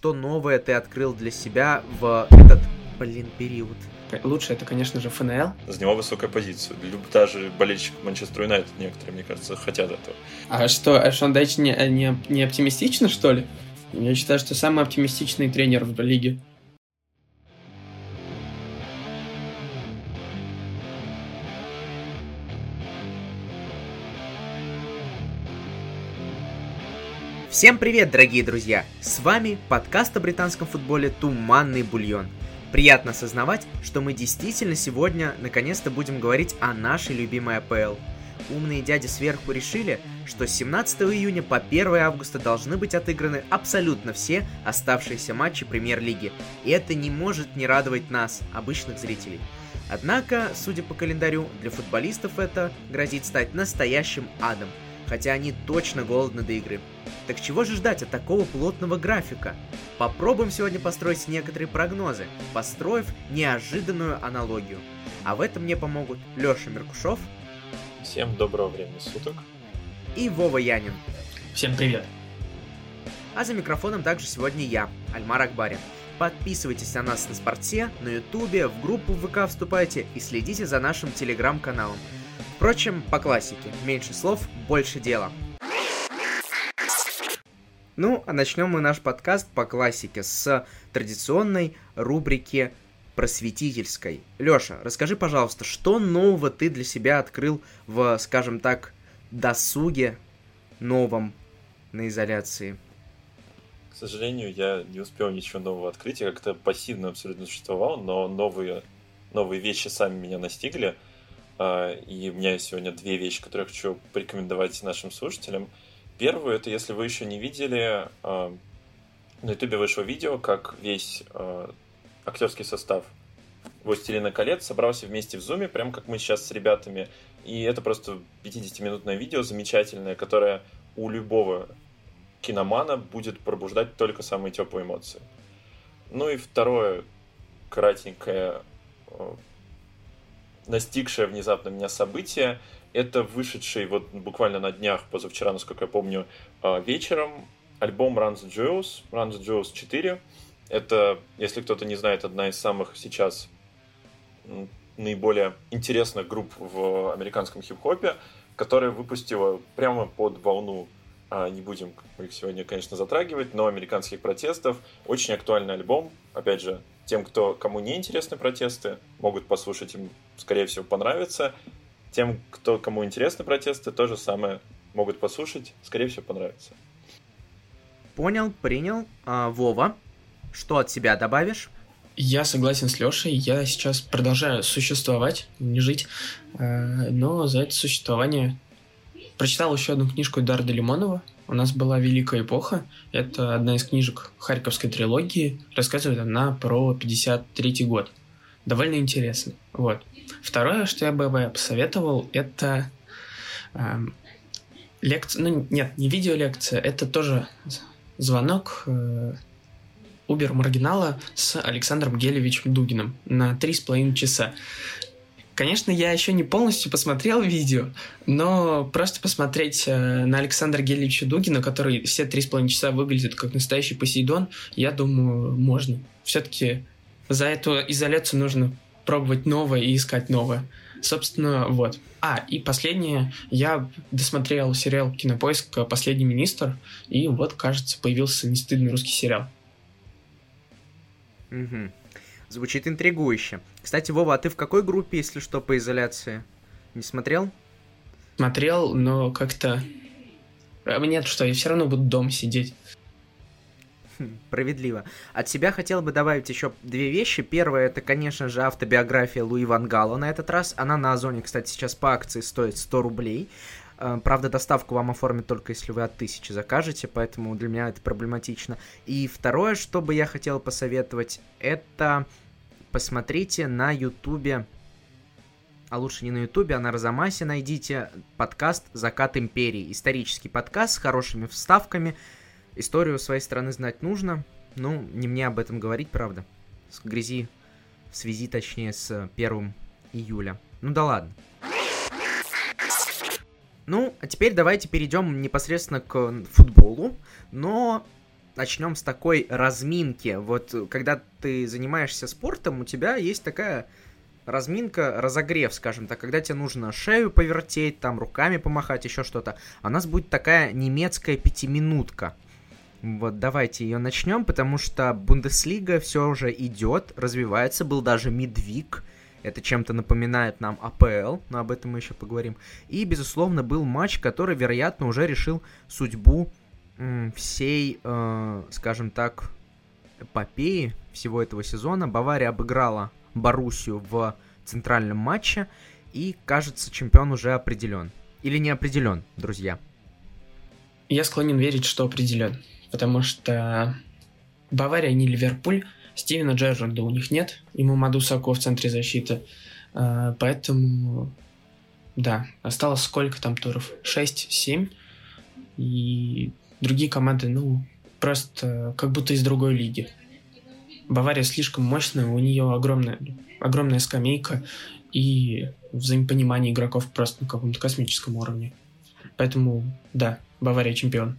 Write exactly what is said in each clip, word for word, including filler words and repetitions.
что новое ты открыл для себя в этот, блин, период? Лучше это, конечно же, эф эн эл. Занимал высокую позицию. Даже болельщики Манчестер Юнайтед некоторые, мне кажется, хотят этого. А что, а Шон Дайч не, не, не оптимистично, что ли? Я считаю, что самый оптимистичный тренер в лиге. Всем привет, дорогие друзья! С вами подкаст о британском футболе «Туманный бульон». Приятно осознавать, что мы действительно сегодня наконец-то будем говорить о нашей любимой а пэ эл. Умные дяди сверху решили, что с семнадцатого июня по первое августа должны быть отыграны абсолютно все оставшиеся матчи премьер-лиги, и это не может не радовать нас, обычных зрителей. Однако, судя по календарю, для футболистов это грозит стать настоящим адом, хотя они точно голодны до игры. Так чего же ждать от такого плотного графика? Попробуем сегодня построить некоторые прогнозы, построив неожиданную аналогию. А в этом мне помогут Леша Меркушев. Всем доброго времени суток. И Вова Янин. Всем привет. А за микрофоном также сегодня я, Альмар Акбарин. Подписывайтесь на нас на Спорте, на Ютубе, в группу в вэ ка вступайте и следите за нашим телеграм-каналом. Впрочем, по классике, меньше слов, больше дела. Ну, а начнем мы наш подкаст по классике с традиционной рубрики просветительской. Лёша, расскажи, пожалуйста, что нового ты для себя открыл в, скажем так, досуге новом на изоляции? К сожалению, я не успел ничего нового открыть, я как-то пассивно абсолютно существовал, но новые, новые вещи сами меня настигли. И у меня есть сегодня две вещи, которые я хочу порекомендовать нашим слушателям. Первую, это если вы еще не видели, на ютубе вышло видео, как весь актерский состав «Властелина колец» собрался вместе в зуме, прям как мы сейчас с ребятами. И это просто пятидесятиминутное видео замечательное, которое у любого киномана будет пробуждать только самые теплые эмоции. Ну и второе, кратенькое, настигшее внезапно меня событие, это вышедший вот буквально на днях, позавчера, насколько я помню, вечером, альбом Run the Jewels, Run the Jewels четыре. Это, если кто-то не знает, одна из самых сейчас наиболее интересных групп в американском хип-хопе, которая выпустила прямо под волну, не будем их сегодня, конечно, затрагивать, но американских протестов. Очень актуальный альбом. Опять же, тем, кто, кому не интересны протесты, могут послушать, им, скорее всего, понравится. Тем, кто, кому интересны протесты, то же самое могут послушать, скорее всего, понравится. Понял, принял. А, Вова, что от себя добавишь? Я согласен с Лешей, я сейчас продолжаю существовать, не жить, но за это существование прочитал еще одну книжку Эдуарда Лимонова. У нас была «Великая эпоха». Это одна из книжек Харьковской трилогии. Рассказывает она про пятьдесят третий год. Довольно интересно. Вот. Второе, что я бы посоветовал, это э, лекция... Ну, нет, не видеолекция, это тоже звонок э, Убер-маргинала с Александром Гелевичем Дугиным на три с половиной часа. Конечно, я еще не полностью посмотрел видео, но просто посмотреть на Александра Гелевича Дугина, который все три с половиной часа выглядит как настоящий Посейдон, я думаю, можно. Все-таки за эту изоляцию нужно пробовать новое и искать новое. Собственно, вот. А, и последнее. Я досмотрел сериал «Кинопоиск. Последний министр», и вот, кажется, появился нестыдный русский сериал. Угу. Звучит интригующе. Кстати, Вова, а ты в какой группе, если что, по изоляции? Не смотрел? Смотрел, но как-то... Нет, что, я все равно буду дома сидеть. Справедливо. От себя хотел бы добавить еще две вещи. Первое, это, конечно же, автобиография Луи ван Гала на этот раз. Она на Озоне, кстати, сейчас по акции стоит сто рублей. Правда, доставку вам оформят только если вы от тысячи закажете, поэтому для меня это проблематично. И второе, что бы я хотел посоветовать, это посмотрите на ютубе, а лучше не на ютубе, а на Арзамасе найдите подкаст «Закат империи». Исторический подкаст с хорошими вставками. Историю своей страны знать нужно. Ну, не мне об этом говорить, правда. С грязи, в связи, точнее, с первого июля. Ну да ладно. Ну, а теперь давайте перейдем непосредственно к футболу, но начнем с такой разминки. Вот когда ты занимаешься спортом, у тебя есть такая разминка, разогрев, скажем так, когда тебе нужно шею повертеть, там руками помахать, еще что-то. А у нас будет такая немецкая пятиминутка. Вот давайте ее начнем, потому что Бундеслига все уже идет, развивается, был даже мидвик. Это чем-то напоминает нам а пэ эл, но об этом мы еще поговорим. И, безусловно, был матч, который, вероятно, уже решил судьбу м, всей, э, скажем так, эпопеи всего этого сезона. Бавария обыграла Боруссию в центральном матче, и, кажется, чемпион уже определен. Или не определен, друзья? Я склонен верить, что определен, потому что Бавария не Ливерпуль, Стивена Джеррарда у них нет, и Мамаду Сако в центре защиты, поэтому, да, осталось сколько там туров? шесть-семь, и другие команды, ну, просто как будто из другой лиги. Бавария слишком мощная, у нее огромная, огромная скамейка и взаимопонимание игроков просто на каком-то космическом уровне. Поэтому, да, Бавария чемпион.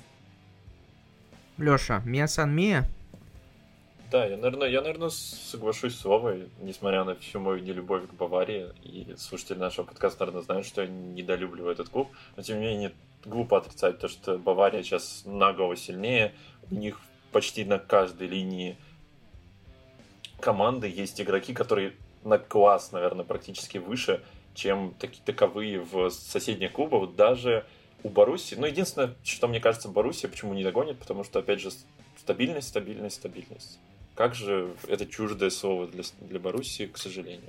Леша, Мия Сан Мия? Да, я, наверное, я, наверное, соглашусь с Вовой, несмотря на всю мою нелюбовь к Баварии, и слушатели нашего подкаста, наверное, знают, что я недолюбливаю этот клуб, но, тем не менее, глупо отрицать то, что Бавария сейчас на голову сильнее, у них почти на каждой линии команды есть игроки, которые на класс, наверное, практически выше, чем таки, таковые в соседних клубах, вот даже у Боруссии. Ну, единственное, что мне кажется, Боруссия почему не догонит, потому что, опять же, стабильность, стабильность, стабильность. Как же это чуждое слово для, для Боруссии, к сожалению.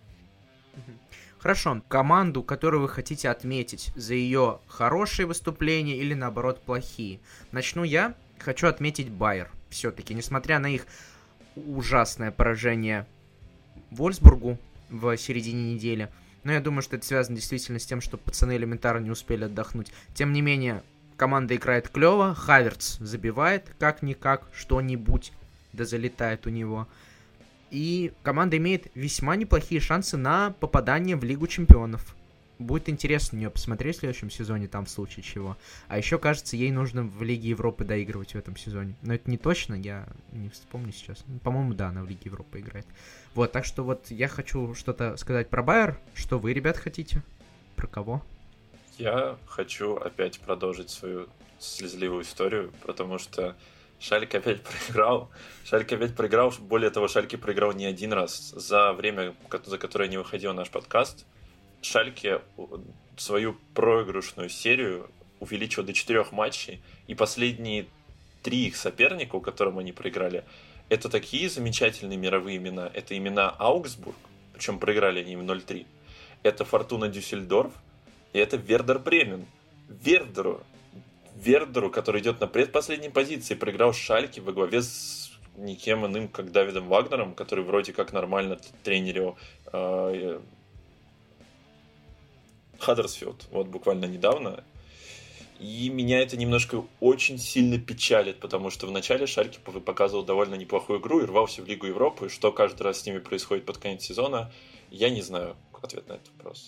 Хорошо. Команду, которую вы хотите отметить за ее хорошие выступления или, наоборот, плохие. Начну я. Хочу отметить Байер. Все-таки, несмотря на их ужасное поражение Вольфсбургу в середине недели. Но я думаю, что это связано действительно с тем, что пацаны элементарно не успели отдохнуть. Тем не менее, команда играет клево, Хаверц забивает как-никак что-нибудь, да залетает у него. И команда имеет весьма неплохие шансы на попадание в Лигу Чемпионов. Будет интересно на нее посмотреть в следующем сезоне, там в случае чего. А еще, кажется, ей нужно в Лиге Европы доигрывать в этом сезоне. Но это не точно, я не вспомню сейчас. По-моему, да, она в Лиге Европы играет. Вот, так что вот я хочу что-то сказать про Байер. Что вы, ребят, хотите? Про кого? Я хочу опять продолжить свою слезливую историю, потому что Шальке опять проиграл. Шальке опять проиграл. Более того, Шальке проиграл не один раз. За время, за которое не выходил наш подкаст, Шальке свою проигрышную серию увеличил до четырех матчей, и последние три их соперника, у которых они проиграли, это такие замечательные мировые имена. Это имена Аугсбург, причем проиграли они им ноль-три. Это Фортуна Дюссельдорф, и это Вердер Бремен. Вердеру, Вердеру, который идет на предпоследней позиции, проиграл Шальке во главе с никем иным, как Давидом Вагнером, который вроде как нормально тренерил э, Хаддерсфилд, вот буквально недавно. И меня это немножко очень сильно печалит, потому что в начале Шальке показывал довольно неплохую игру и рвался в Лигу Европы. Что каждый раз с ними происходит под конец сезона, я не знаю ответ на этот вопрос.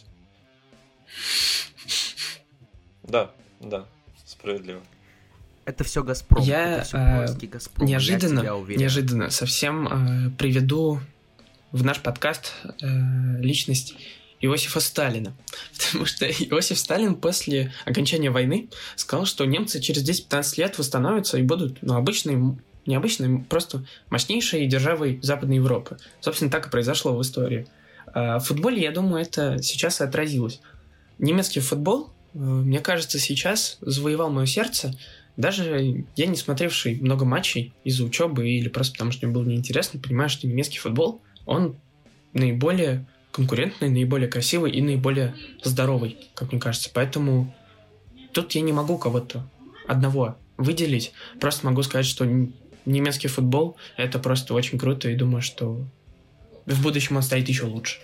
Да, да, справедливо. Это все Газпром. Я, это все э, Газпром. неожиданно, я неожиданно совсем э, приведу в наш подкаст э, личность Иосифа Сталина. Потому что Иосиф Сталин после окончания войны сказал, что немцы через десять-пятнадцать лет восстановятся и будут ну, обычной, необычной, просто мощнейшей державой Западной Европы. Собственно, так и произошло в истории. В футболе, я думаю, это сейчас и отразилось. Немецкий футбол, мне кажется, сейчас завоевал мое сердце. Даже я, не смотревший много матчей из-за учебы или просто потому, что мне было неинтересно, понимаю, что немецкий футбол, он наиболее конкурентный, наиболее красивый и наиболее здоровый, как мне кажется. Поэтому тут я не могу кого-то одного выделить. Просто могу сказать, что немецкий футбол — это просто очень круто, и думаю, что в будущем он станет еще лучше.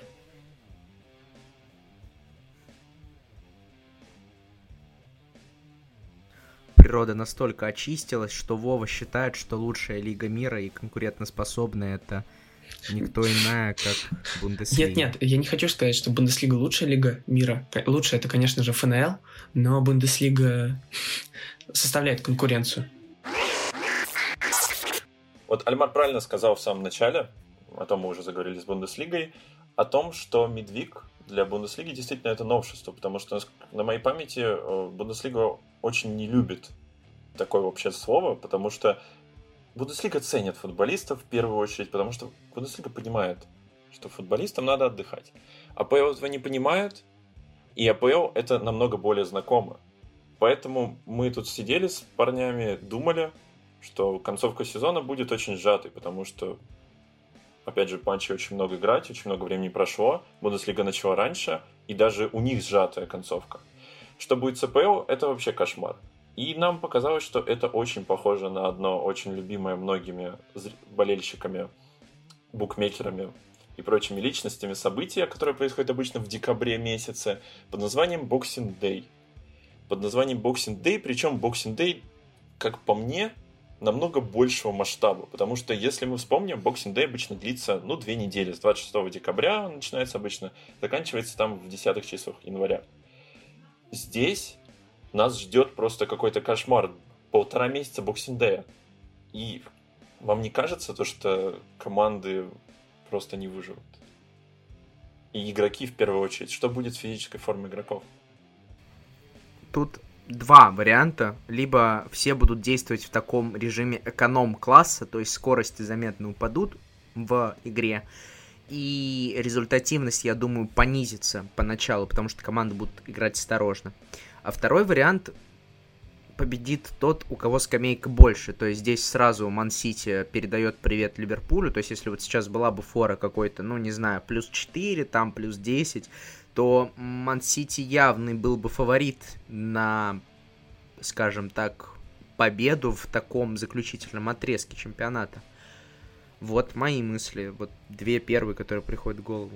Природа настолько очистилась, что Вова считает, что лучшая лига мира и конкурентоспособная — это никто иная, как Бундеслига. Нет-нет, я не хочу сказать, что Бундеслига лучшая лига мира. Лучшая — это, конечно же, эф эн эл, но Бундеслига составляет конкуренцию. Вот Альмар правильно сказал в самом начале, о том мы уже заговорили с Бундеслигой, о том, что Мидвик для Бундеслиги действительно это новшество, потому что на моей памяти Бундеслига очень не любит такое вообще слово, потому что Бундеслига ценит футболистов в первую очередь, потому что Бундеслига понимает, что футболистам надо отдыхать. АПЛ этого не понимает, и АПЛ это намного более знакомо. Поэтому мы тут сидели с парнями, думали, что концовка сезона будет очень сжатой, потому что, опять же, матчей очень много играть, очень много времени прошло, Бундеслига начала раньше, и даже у них сжатая концовка. Что будет с АПЛ, это вообще кошмар. И нам показалось, что это очень похоже на одно очень любимое многими болельщиками, букмекерами и прочими личностями событие, которое происходит обычно в декабре месяце, под названием Boxing Day. Под названием Boxing Day, причем Boxing Day, как по мне, намного большего масштаба, потому что, если мы вспомним, Boxing Day обычно длится, ну, две недели, с двадцать шестого декабря он начинается обычно, заканчивается там в десятых числах января. Здесь нас ждет просто какой-то кошмар, полтора месяца Boxing Day. И вам не кажется то, что команды просто не выживут? И игроки в первую очередь. Что будет с физической формой игроков? Тут два варианта. Либо все будут действовать в таком режиме эконом-класса, то есть скорости заметно упадут в игре, и результативность, я думаю, понизится поначалу, потому что команды будут играть осторожно. А второй вариант: победит тот, у кого скамейка больше. То есть здесь сразу Ман-Сити передает привет Ливерпулю. То есть если вот сейчас была бы фора какой-то, ну не знаю, плюс четыре, там плюс десять, то Ман-Сити явный был бы фаворит на, скажем так, победу в таком заключительном отрезке чемпионата. Вот мои мысли. Вот две первые, которые приходят в голову.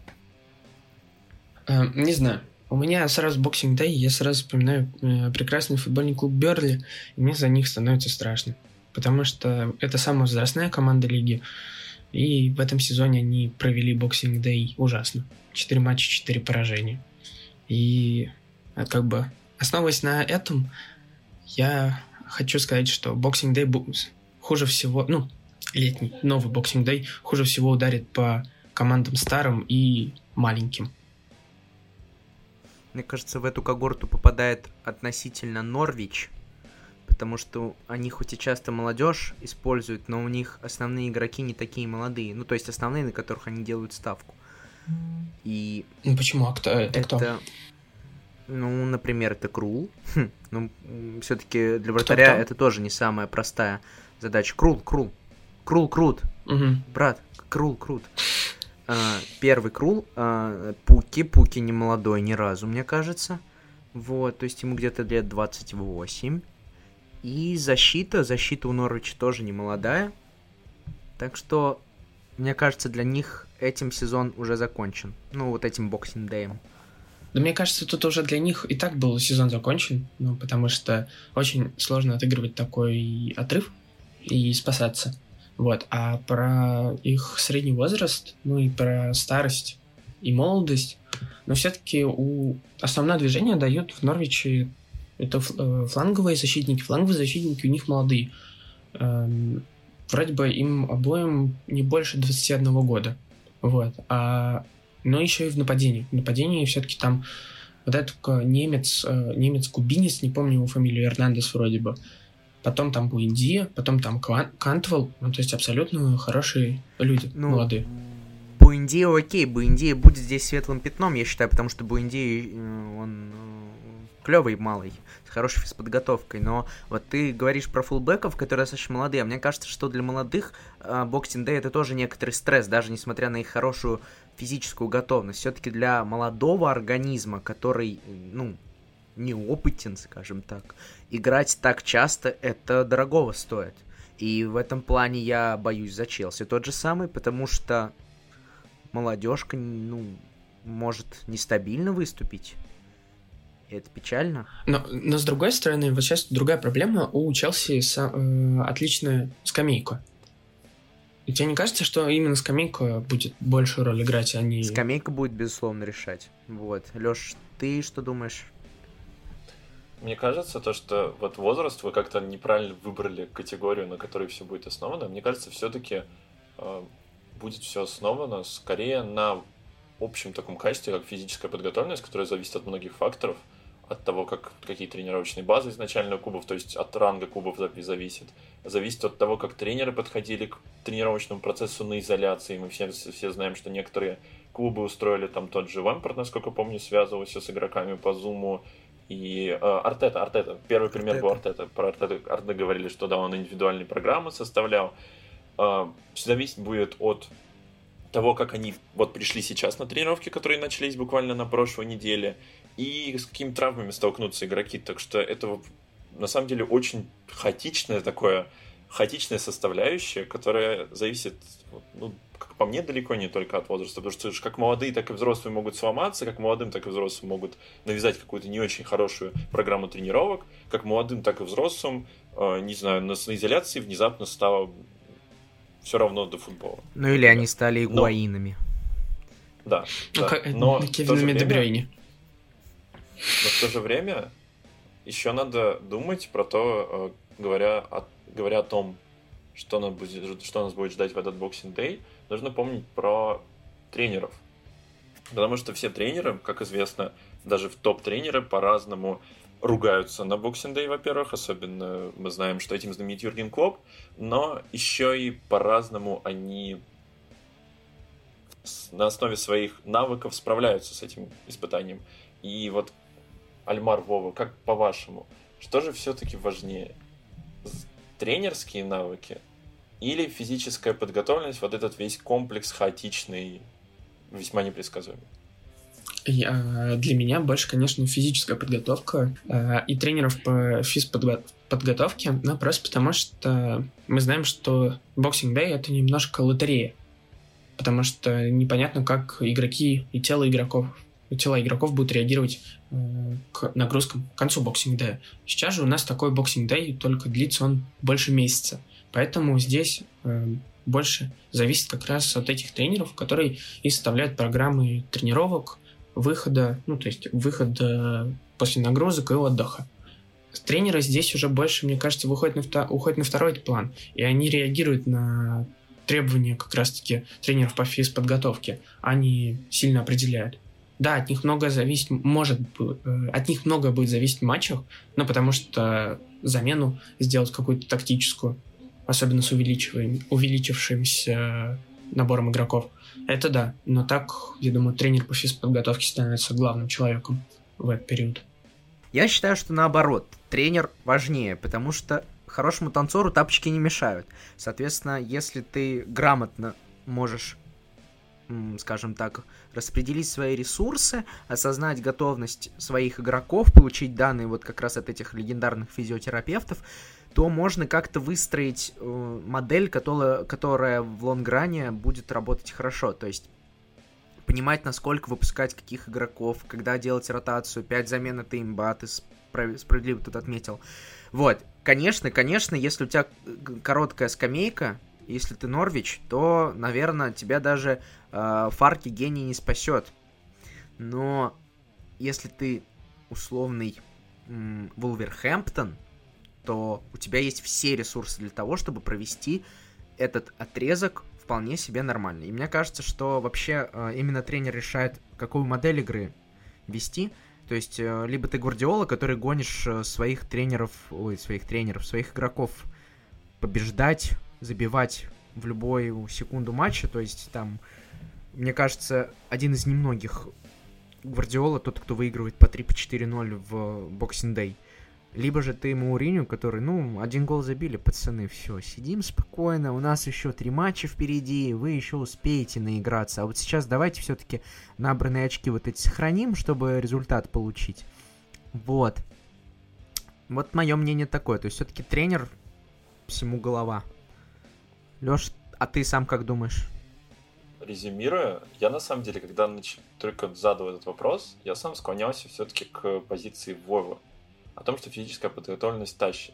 Э, не знаю. У меня сразу Boxing Day, я сразу вспоминаю э, прекрасный футбольный клуб Бернли, и мне за них становится страшно. Потому что это самая возрастная команда лиги, и в этом сезоне они провели Boxing Day ужасно. Четыре матча, четыре поражения. И как бы основываясь на этом, я хочу сказать, что Boxing Day хуже всего, ну, летний, новый Boxing Day хуже всего ударит по командам старым и маленьким. Мне кажется, в эту когорту попадает относительно Норвич, потому что они хоть и часто молодежь используют, но у них основные игроки не такие молодые. Ну, то есть основные, на которых они делают ставку. И ну почему? А кто? Это, это кто? Ну, например, это Крул. Хм, ну, все-таки для вратаря это тоже не самая простая задача. Крул, Крул. Крул крут. Угу. Брат, Крул крут. Uh, первый Крул, uh, Пуки, Пуки не молодой ни разу, мне кажется. Вот, то есть ему где-то лет двадцать восемь. И защита, защита у Норвича тоже не молодая. Так что, мне кажется, для них этим сезон уже закончен. Ну, вот этим Boxing Day'ем. Да мне кажется, тут уже для них и так был сезон закончен, ну, потому что очень сложно отыгрывать такой отрыв и спасаться. Вот, а про их средний возраст, ну и про старость и молодость, но все-таки у основное движение дают в Норвиче это фланговые защитники. Фланговые защитники у них молодые. Эм, вроде бы им обоим не больше двадцати одного года. Вот. А, но еще и в нападении. В нападении все-таки там вот этот немец, немец-кубинец, не помню его фамилию, Эрнандес вроде бы. Потом там Буэндия, потом там Кантвелл, ну, то есть абсолютно хорошие люди, ну, молодые. Буэндия окей, Буэндия будет здесь светлым пятном, я считаю, потому что Буэндия, он клевый малый, с хорошей физподготовкой, но вот ты говоришь про фулбеков, которые достаточно молодые, а мне кажется, что для молодых Boxing Day это тоже некоторый стресс, даже несмотря на их хорошую физическую готовность. Все-таки для молодого организма, который, ну, неопытен, скажем так, играть так часто, это дорогого стоит. И в этом плане я боюсь за Челси. Тот же самый, потому что молодежка, ну, может нестабильно выступить. И это печально. Но, но с другой стороны, вот сейчас другая проблема. У Челси с, э, отличная скамейка. И тебе не кажется, что именно скамейка будет большую роль играть, а не... Скамейка будет, безусловно, решать. Вот. Лёш, ты что думаешь? Мне кажется, то, что вот возраст вы как-то неправильно выбрали категорию, на которой все будет основано. Мне кажется, все-таки э, будет все основано скорее на общем таком качестве, как физическая подготовленность, которая зависит от многих факторов, от того, как, какие тренировочные базы изначально у клубов, то есть от ранга клубов зависит. Зависит от того, как тренеры подходили к тренировочному процессу на изоляции. Мы все, все знаем, что некоторые клубы устроили, там тот же Вампорт, насколько помню, связывался с игроками по Зуму. И э, Артета, Артета, первый пример Артета. был Артета. Про Артета, Артета говорили, что да, он индивидуальные программы составлял. Э, зависеть будет от того, как они вот пришли сейчас на тренировки, которые начались буквально на прошлой неделе, и с какими травмами столкнутся игроки. Так что это на самом деле очень хаотичное такое, хаотичная составляющая, которая зависит, ну, как по мне, далеко не только от возраста, потому что как молодые, так и взрослые могут сломаться, как молодым, так и взрослым могут навязать какую-то не очень хорошую программу тренировок, как молодым, так и взрослым, э, не знаю, на изоляции внезапно стало все равно до футбола. Ну или да. они стали игуаинами. Но... Да, ну, да. Как, но Кевинами Де Брюйне. Но в то же время еще надо думать про то, говоря о, говоря о том, что нас, будет, что нас будет ждать в этот Boxing Day, нужно помнить про тренеров. Потому что все тренеры, как известно, даже в топ-тренеры по-разному ругаются на Boxing Day, во-первых, особенно мы знаем, что этим знаменит Юрген Клопп, но еще и по-разному они на основе своих навыков справляются с этим испытанием. И вот, Альмар, Вова, как по-вашему, что же все-таки важнее? Тренерские навыки или физическая подготовленность, вот этот весь комплекс хаотичный, весьма непредсказуемый? Я, для меня больше, конечно, физическая подготовка э, и тренеров по физподготовке, но просто потому что мы знаем, что Boxing Day — это немножко лотерея, потому что непонятно, как игроки и тело игроков, тела игроков будут реагировать э, к нагрузкам к концу Boxing Day. Сейчас же у нас такой Boxing Day, только длится он больше месяца, поэтому здесь э, больше зависит как раз от этих тренеров, которые и составляют программы тренировок, выхода, ну, то есть выхода после нагрузок и отдыха. Тренеры здесь уже больше, мне кажется, выходят на, вто- уходят на второй план, и они реагируют на требования как раз-таки тренеров по физподготовке, они сильно определяют. Да, от них много зависит, может, от них много будет зависеть в матчах, но потому что замену сделать какую-то тактическую, особенно с увеличиваем, увеличившимся набором игроков, это да, но так, я думаю, тренер по физподготовке становится главным человеком в этот период. Я считаю, что наоборот, тренер важнее, потому что хорошему танцору тапочки не мешают. Соответственно, если ты грамотно можешь, скажем так, распределить свои ресурсы, осознать готовность своих игроков, получить данные вот как раз от этих легендарных физиотерапевтов, то можно как-то выстроить э, модель, которая, которая в лонгране будет работать хорошо. То есть понимать, насколько выпускать каких игроков, когда делать ротацию, пять замен — это имба, ты справ- справедливо тут отметил. Вот, конечно, конечно, если у тебя короткая скамейка, если ты Норвич, то, наверное, тебя даже э, Фарки гений не спасет. Но если ты условный м, Вулверхэмптон, то у тебя есть все ресурсы для того, чтобы провести этот отрезок вполне себе нормально. И мне кажется, что вообще э, именно тренер решает, какую модель игры вести. То есть, э, либо ты Гвардиола, который гонишь э, своих тренеров, ой, своих тренеров, своих игроков побеждать, забивать в любую секунду матча. То есть, там, мне кажется, один из немногих Гвардиола, тот, кто выигрывает по три-четыре ноль в Boxing Day. Либо же ты Мауриньо, который, ну, один гол забили, пацаны, все, сидим спокойно, у нас еще три матча впереди, вы еще успеете наиграться. А вот сейчас давайте все-таки набранные очки вот эти сохраним, чтобы результат получить. Вот. Вот мое мнение такое. То есть все-таки тренер всему голова. Леш, а ты сам как думаешь? Резюмируя, я на самом деле, когда нач... только задал этот вопрос, я сам склонялся все-таки к позиции Вовы. О том, что физическая подготовленность тащит.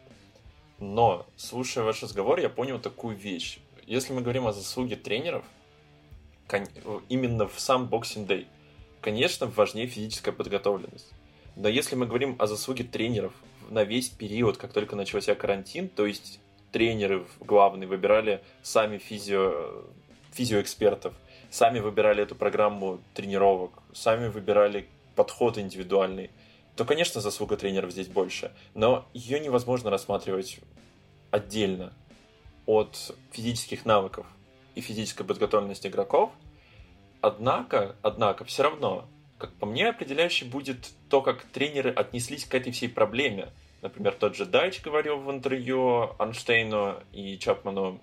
Но, слушая ваш разговор, я понял такую вещь. Если мы говорим о заслуге тренеров, кон... именно в сам Boxing Day, конечно, важнее физическая подготовленность. Но если мы говорим о заслуге тренеров на весь период, как только начался карантин, то есть тренеры главные выбирали сами физио, физиоэкспертов, сами выбирали эту программу тренировок, сами выбирали подход индивидуальный, то, конечно, заслуга тренеров здесь больше. Но ее невозможно рассматривать отдельно от физических навыков и физической подготовленности игроков. Однако, однако, все равно, как по мне, определяющий будет то, как тренеры отнеслись к этой всей проблеме. Например, тот же Дайч говорил в интервью Арнштейну и Чапману,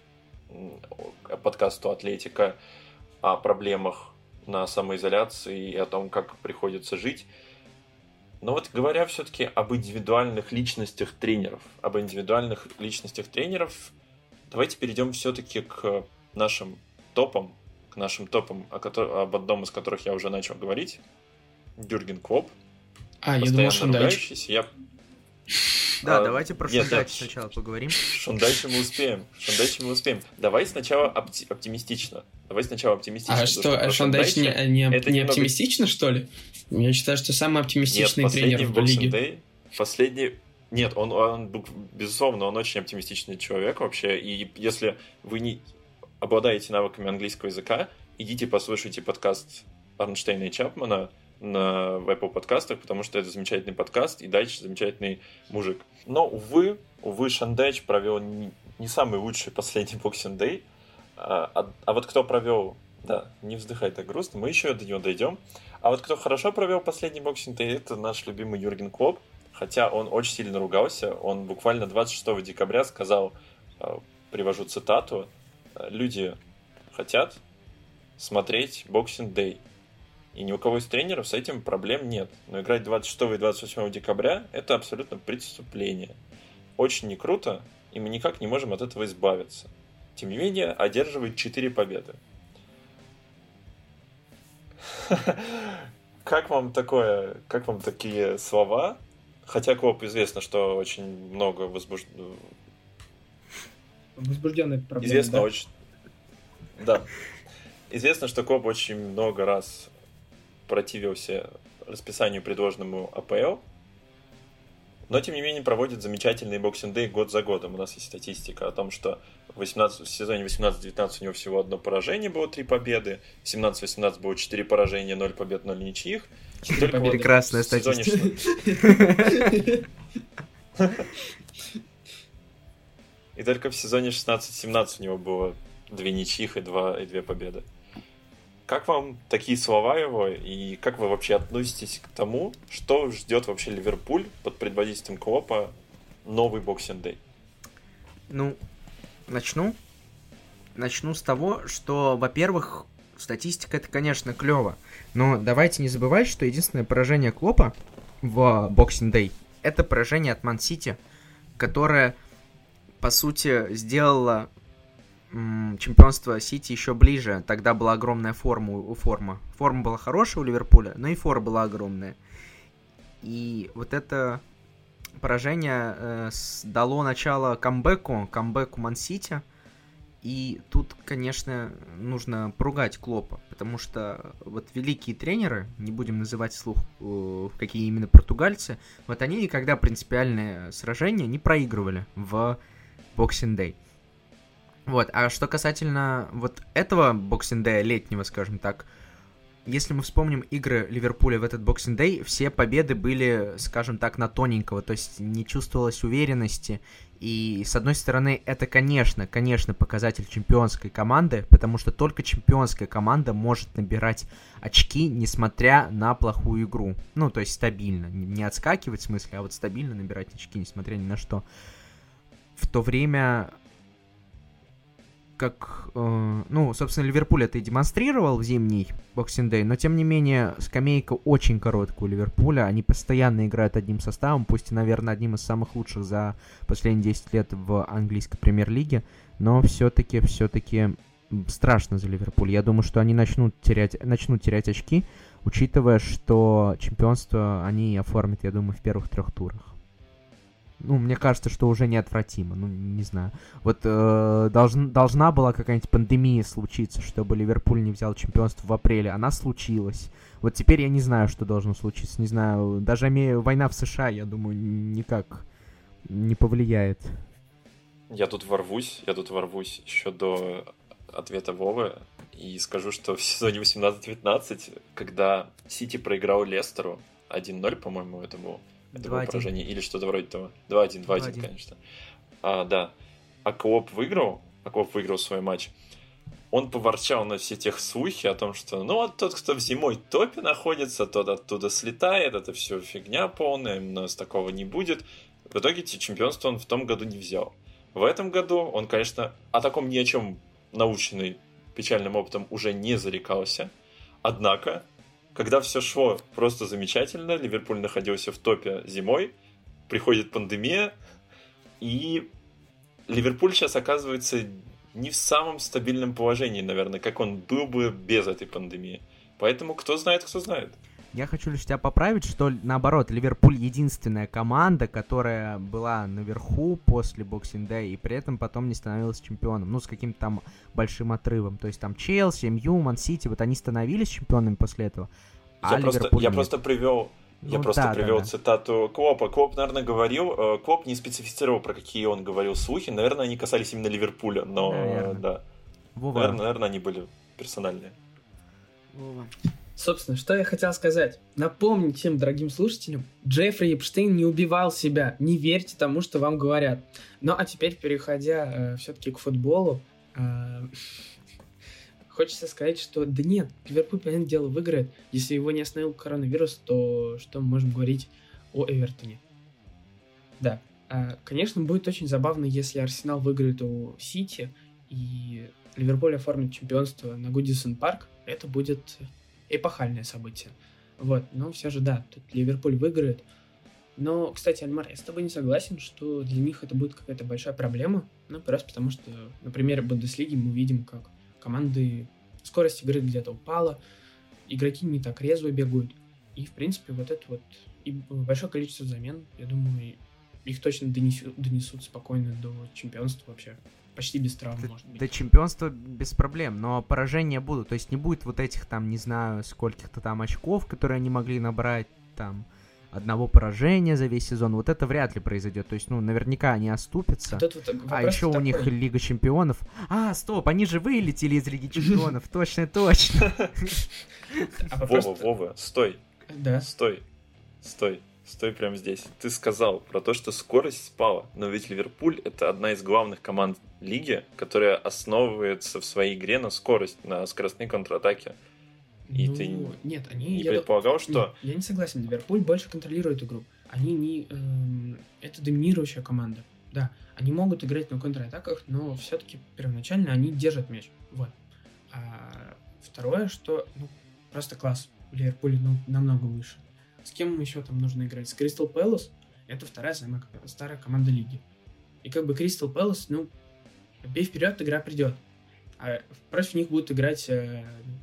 подкасту «Атлетика», о проблемах на самоизоляции и о том, как приходится жить. Но вот говоря все-таки об индивидуальных личностях тренеров, об индивидуальных личностях тренеров, давайте перейдем все-таки к нашим топам, к нашим топам, о которых, об одном из которых я уже начал говорить. Юрген Клопп. А, я думал, Шондайч. Я... Да, а, давайте про Шондайча сначала поговорим. Шондайча мы успеем. Шондайча мы успеем. Давай сначала опти- оптимистично. Давай сначала оптимистично. А что, Шондайч не, не, не немного... оптимистично, что ли? Я считаю, что самый оптимистичный Нет, тренер в лиге. Day, последний... Нет, он, он, безусловно, он очень оптимистичный человек вообще. И если вы не обладаете навыками английского языка, идите послушайте подкаст Арнштейна и Чапмана на в Apple подкастах, потому что это замечательный подкаст, и Дайч замечательный мужик. Но, увы, увы, Шондайч провел не, не самый лучший последний Boxing Day. А, а, а вот кто провел... Да, не вздыхай так грустно, мы еще до него дойдем. А вот кто хорошо провел последний Boxing Day, это наш любимый Юрген Клопп. Хотя он очень сильно ругался. Он буквально двадцать шестого декабря сказал, привожу цитату, люди хотят смотреть Boxing Day. И ни у кого из тренеров с этим проблем нет. Но играть двадцать шестого и двадцать восьмого декабря – это абсолютно преступление. Очень не круто, и мы никак не можем от этого избавиться. Тем не менее, одерживает четыре победы. Как вам такое, как вам такие слова? Хотя Клопп известно, что очень много возбуж... возбужденных проблем. Известно да? очень. Да. Известно, что Клопп очень много раз противился расписанию, предложенному АПЛ, но, тем не менее, проводит замечательные Boxing Day год за годом. У нас есть статистика о том, что в, восемнадцатом, в сезоне восемнадцать-девятнадцать у него всего одно поражение было, три победы, в семнадцать-восемнадцать было четыре поражения, ноль побед, ноль ничьих. Прекрасная статистика. И только в сезоне шестнадцать-семнадцать у него было две ничьих и, два, и две победы. Как вам такие слова его, и как вы вообще относитесь к тому, что ждет вообще Ливерпуль под предводительством Клоппа новый Boxing Day? Ну, начну. Начну с того, что, во-первых, статистика это, конечно, клево, но давайте не забывать, что единственное поражение Клоппа в Boxing Day это поражение от Ман-Сити, которое, по сути, сделало чемпионство Сити еще ближе. Тогда была огромная форма у форма. Форма была хорошая у Ливерпуля, но и фора была огромная. И вот это поражение э, с, дало начало камбэку, камбэку Ман-Сити. И тут, конечно, нужно поругать Клоппа, потому что вот великие тренеры, не будем называть вслух, э, какие именно португальцы, вот они никогда принципиальные сражения не проигрывали в Boxing Day. Вот, а что касательно вот этого Boxing Day, летнего, скажем так, если мы вспомним игры Ливерпуля в этот Boxing Day, все победы были, скажем так, на тоненького, то есть не чувствовалось уверенности, и, с одной стороны, это, конечно, конечно, показатель чемпионской команды, потому что только чемпионская команда может набирать очки, несмотря на плохую игру, ну, то есть стабильно, не отскакивать в смысле, а вот стабильно набирать очки, несмотря ни на что. В то время... как, э, ну, собственно, Ливерпуль это и демонстрировал в зимний Boxing Day, но, тем не менее, скамейка очень короткая у Ливерпуля, они постоянно играют одним составом, пусть и, наверное, одним из самых лучших за последние десять лет в английской премьер-лиге, но все-таки, все-таки страшно за Ливерпуль. Я думаю, что они начнут терять, начнут терять очки, учитывая, что чемпионство они оформят, я думаю, в первых трех турах. ну, мне кажется, что уже неотвратимо, ну, не знаю. Вот э, должен, должна была какая-нибудь пандемия случиться, чтобы Ливерпуль не взял чемпионство в апреле. Она случилась. Вот теперь я не знаю, что должно случиться. Не знаю, даже война в США, я думаю, никак не повлияет. Я тут ворвусь, я тут ворвусь еще до ответа Вовы и скажу, что в сезоне восемнадцать девятнадцать, когда Сити проиграл Лестеру один ноль, по-моему, это было, это было поражение, или что-то вроде того. два один, два один, конечно. А, да. А Клоп выиграл, а Клоп выиграл свой матч. Он поворчал на все тех слухи о том, что ну вот тот, кто в зимой топе находится, тот оттуда слетает, это все фигня полная, у нас такого не будет. В итоге чемпионство он в том году не взял. В этом году он, конечно, о таком ни о чем наученный печальным опытом уже не зарекался. Однако, когда все шло просто замечательно, Ливерпуль находился в топе зимой, приходит пандемия, и Ливерпуль сейчас оказывается не в самом стабильном положении, наверное, как он был бы без этой пандемии. Поэтому кто знает, кто знает. Я хочу лишь тебя поправить, что наоборот, Ливерпуль единственная команда, которая была наверху после Boxing Day и при этом потом не становилась чемпионом. Ну, с каким-то там большим отрывом. То есть там Челси, эм ю, Ман Сити, вот они становились чемпионами после этого. А я просто, я просто привел... Я ну, просто да, привел да, да. цитату Клопа. Клоп, наверное, говорил... Клоп не специфицировал, про какие он говорил слухи. Наверное, они касались именно Ливерпуля. Но, наверное. да. Наверное, наверное, они были персональные. Вова. Собственно, что я хотел сказать. Напомнить всем дорогим слушателям, Джеффри Эпштейн не убивал себя. Не верьте тому, что вам говорят. Ну, а теперь, переходя э, все-таки к футболу, э, хочется сказать, что да нет, Ливерпуль, понятное дело, выиграет. Если его не остановил коронавирус, то что мы можем говорить о Эвертоне? Да, э, конечно, будет очень забавно, если Арсенал выиграет у Сити, и Ливерпуль оформит чемпионство на Гудисон Парк. Это будет... эпохальное событие. Вот, но все же, да, тут Ливерпуль выиграет. Но, кстати, Альмар, я с тобой не согласен, что для них это будет какая-то большая проблема. Ну, просто потому что, на примере Бундеслиги мы видим, как команды... Скорость игры где-то упала, игроки не так резво бегают. И, в принципе, вот это вот... И большое количество замен, я думаю, их точно донесут, донесут спокойно до чемпионства вообще. Почти без травм, может быть. До чемпионства без проблем, но поражения будут. То есть не будет вот этих там, не знаю, скольких-то там очков, которые они могли набрать, там, одного поражения за весь сезон. Вот это вряд ли произойдет. То есть, ну, наверняка они оступятся. Вот вот а еще у такой... них Лига Чемпионов. А, стоп, они же вылетели из Лиги Чемпионов. Точно, точно. Вова, Вова, стой. Да. Стой, стой. Стой прямо здесь. Ты сказал про то, что скорость спала. Но ведь Ливерпуль — это одна из главных команд лиги, которая основывается в своей игре на скорость, на скоростной контратаке. И ну, ты нет, они, не предполагал, думаю, что... Нет, я не согласен. Ливерпуль больше контролирует игру. Они не... Эм, это доминирующая команда. Да, они могут играть на контратаках, но все-таки первоначально они держат мяч. Вот. А второе, что... Ну, просто класс. Ливерпуль ну, намного выше. С кем еще там нужно играть? С Кристал Пэлас. Это вторая самая старая команда лиги. И как бы Кристал Пэлас, ну, бей вперед, игра придет. А против них будут играть... Э,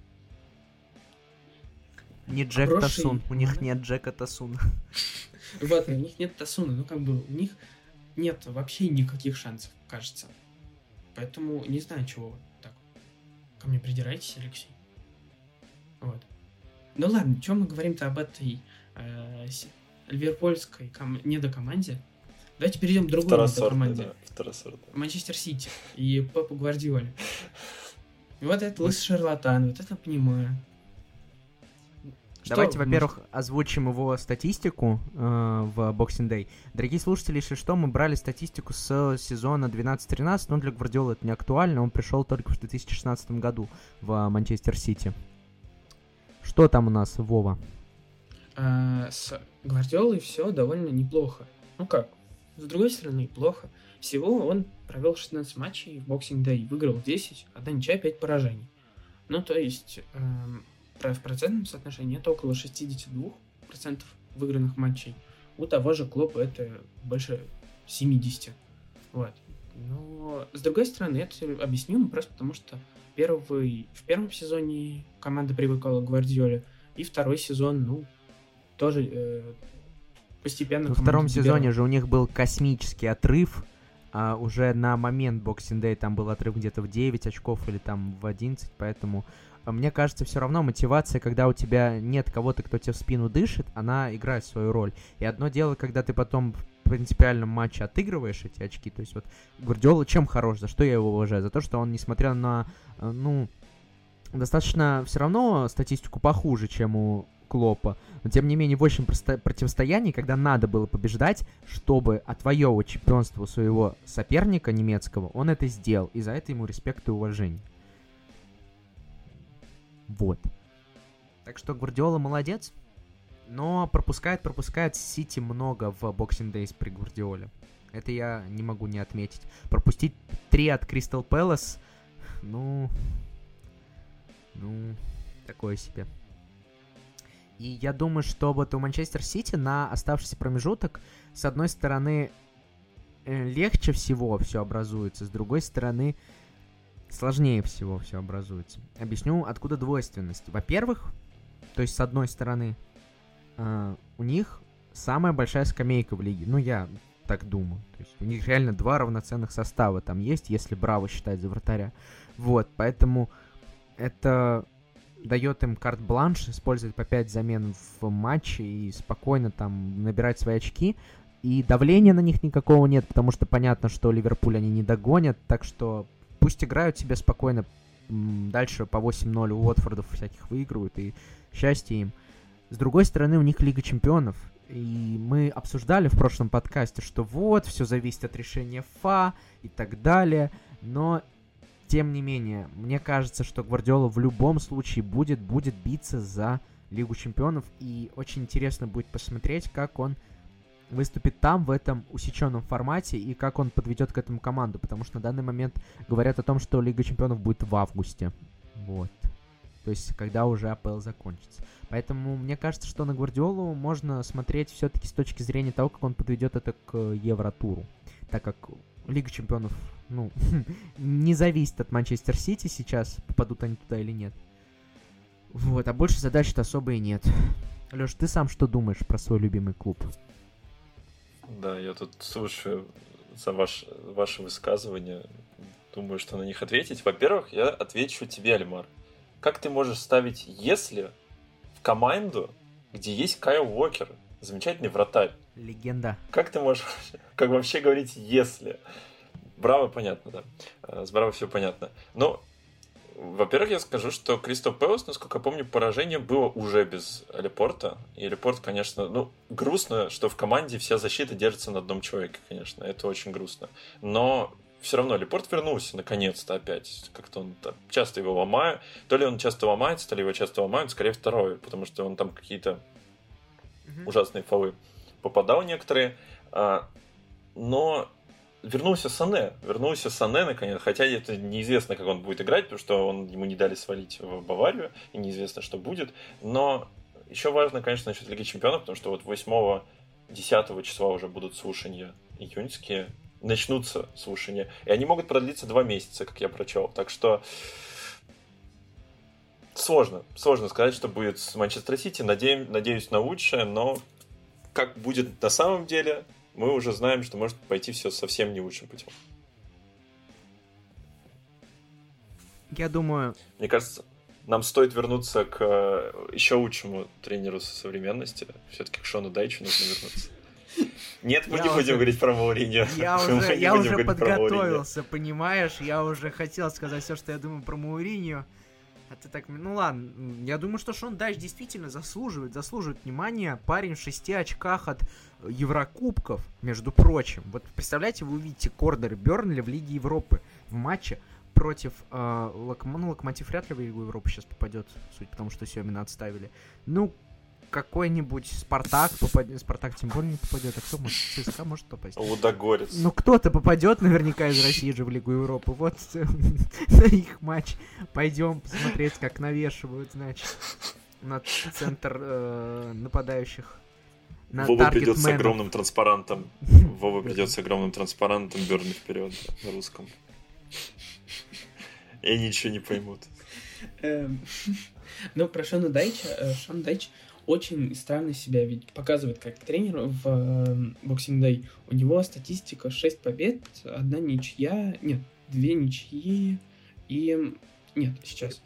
не Джек Броши... Тасун. У них нет Джека Тасуна. Вот, у них нет Тасуна. Ну, как бы, у них нет вообще никаких шансов, кажется. Поэтому не знаю, чего вы так ко мне придираетесь, Алексей. Вот. Ну ладно, что мы говорим-то об этой э, ливерпульской ком- недокоманде? Давайте перейдем к другой недокоманде. Да, Манчестер Сити и Пепу Гвардиоле. Вот это лысый шарлатан, вот это понимаю. Давайте, во-первых, может... озвучим его статистику э, в Boxing Day. Дорогие слушатели, если что, мы брали статистику с сезона двенадцать-тринадцать, но для Гвардиолы это не актуально, он пришел только в две тысячи шестнадцатом году в Манчестер Сити. Что там у нас, Вова? А, с Гвардиолой все довольно неплохо. Ну как, с другой стороны, плохо. Всего он провел шестнадцать матчей в Boxing Day, выиграл десять, одна ничья, пять поражений. Ну, то есть, эм, в процентном соотношении это около шестьдесят два процента выигранных матчей. У того же Клопа это больше семьдесят. Вот. Но, с другой стороны, это объяснимо просто потому, что первый, в первом сезоне команда привыкала к Гвардиоле, и второй сезон, ну, тоже э, постепенно... Во втором сезоне же у них был космический отрыв. А уже на момент Boxing Day там был отрыв где-то в девять очков или там в одиннадцать, поэтому мне кажется, все равно мотивация, когда у тебя нет кого-то, кто тебе в спину дышит, она играет свою роль. И одно дело, когда ты потом в принципиальном матче отыгрываешь эти очки, то есть вот Гвардиола чем хорош, за что я его уважаю? За то, что он, несмотря на, ну, достаточно все равно статистику похуже, чем у Клопа, но тем не менее в общем противостоянии, когда надо было побеждать, чтобы отвоевывать чемпионство у своего соперника немецкого, он это сделал, и за это ему респект и уважение. Вот. Так что Гвардиола молодец, но пропускает, пропускает Сити много в Boxing Days при Гвардиоле. Это я не могу не отметить. Пропустить три от Кристал Пэлас, ну, ну, такое себе. И я думаю, что вот у Манчестер Сити на оставшийся промежуток, с одной стороны, легче всего все образуется, с другой стороны, сложнее всего все образуется. Объясню, откуда двойственность. Во-первых, то есть с одной стороны, э, у них самая большая скамейка в лиге. Ну, я так думаю. То есть у них реально два равноценных состава там есть, если Браво считать за вратаря. Вот, поэтому это дает им карт-бланш, использовать по пять замен в матче и спокойно там набирать свои очки. И давления на них никакого нет, потому что понятно, что Ливерпуль они не догонят, так что пусть играют себе спокойно, дальше по восемь ноль у Уотфордов всяких выигрывают, и счастье им. С другой стороны, у них Лига Чемпионов, и мы обсуждали в прошлом подкасте, что вот, все зависит от решения ФА и так далее, но, тем не менее, мне кажется, что Гвардиола в любом случае будет, будет биться за Лигу Чемпионов, и очень интересно будет посмотреть, как он выступит там, в этом усеченном формате, и как он подведет к этому команду, потому что на данный момент говорят о том, что Лига Чемпионов будет в августе. Вот. То есть, когда уже АПЛ закончится. Поэтому мне кажется, что на Гвардиолу можно смотреть все-таки с точки зрения того, как он подведет это к Евротуру. Так как Лига Чемпионов, ну, не зависит от Манчестер Сити сейчас, попадут они туда или нет. Вот, а больше задач-то особо и нет. Лёш, ты сам что думаешь про свой любимый клуб? Да, я тут слушаю за ваш, ваши высказывания, думаю, что на них ответить. Во-первых, я отвечу тебе, Альмар. Как ты можешь ставить «если» в команду, где есть Кайл Уокер, замечательный вратарь? Легенда. Как ты можешь как вообще говорить «если»? Браво, понятно, да. С Браво все понятно. Но, во-первых, я скажу, что Кристал Пэлас, насколько я помню, поражение было уже без Лепорта. И Лепорт, конечно, ну, грустно, что в команде вся защита держится на одном человеке, конечно. Это очень грустно. Но все равно Лепорт вернулся наконец-то опять. Как-то он там часто его ломает. То ли он часто ломается, то ли его часто ломают. Скорее второе, потому что он там какие-то mm-hmm. ужасные фолы попадал некоторые. Но вернулся Сане. Вернулся Сане, наконец. Хотя это неизвестно, как он будет играть, потому что он, ему не дали свалить в Баварию, и неизвестно, что будет. Но еще важно, конечно, насчет Лиги Чемпионов, потому что вот восьмого-десятого числа уже будут слушания июньские. Начнутся слушания. И они могут продлиться два месяца, как я прочел. Так что сложно. Сложно сказать, что будет с Манчестер Сити. Надеюсь, надеюсь на лучшее, но как будет на самом деле, мы уже знаем, что может пойти все совсем не лучшим путем. Я думаю... Мне кажется, нам стоит вернуться к еще лучшему тренеру современности. Все-таки к Шону Дайчу нужно вернуться. Нет, мы я не уже... будем говорить про Мауриньо. Я уже, я уже подготовился, понимаешь? Я уже хотел сказать все, что я думаю про Мауриньо. А ты так... Ну ладно, я думаю, что Шон Дайч действительно заслуживает, заслуживает внимания. Парень в шести очках от Еврокубков, между прочим. Вот представляете, вы увидите корнер Бернли в Лиге Европы в матче против... Э, лок... Ну, Локомотив вряд ли в Лигу Европы сейчас попадет, суть потому что Семина отставили. Ну, какой-нибудь Спартак попадет, Спартак тем более не попадет, а кто может? ЦСКА может попасть? Лудогорец. Ну, кто-то попадет наверняка из России же в Лигу Европы. Вот на их матч пойдем посмотреть, как навешивают, значит, на центр э, нападающих. На Вова придет с огромным транспарантом. Вова придет с огромным транспарантом, Берни вперед на русском. И они ничего не поймут. Ну, про Шона Дайча. Шон Дайч очень странно себя ведь показывает как тренер в Boxing Day. У него статистика шесть побед, одна ничья, нет, две ничьи и... Нет, сейчас...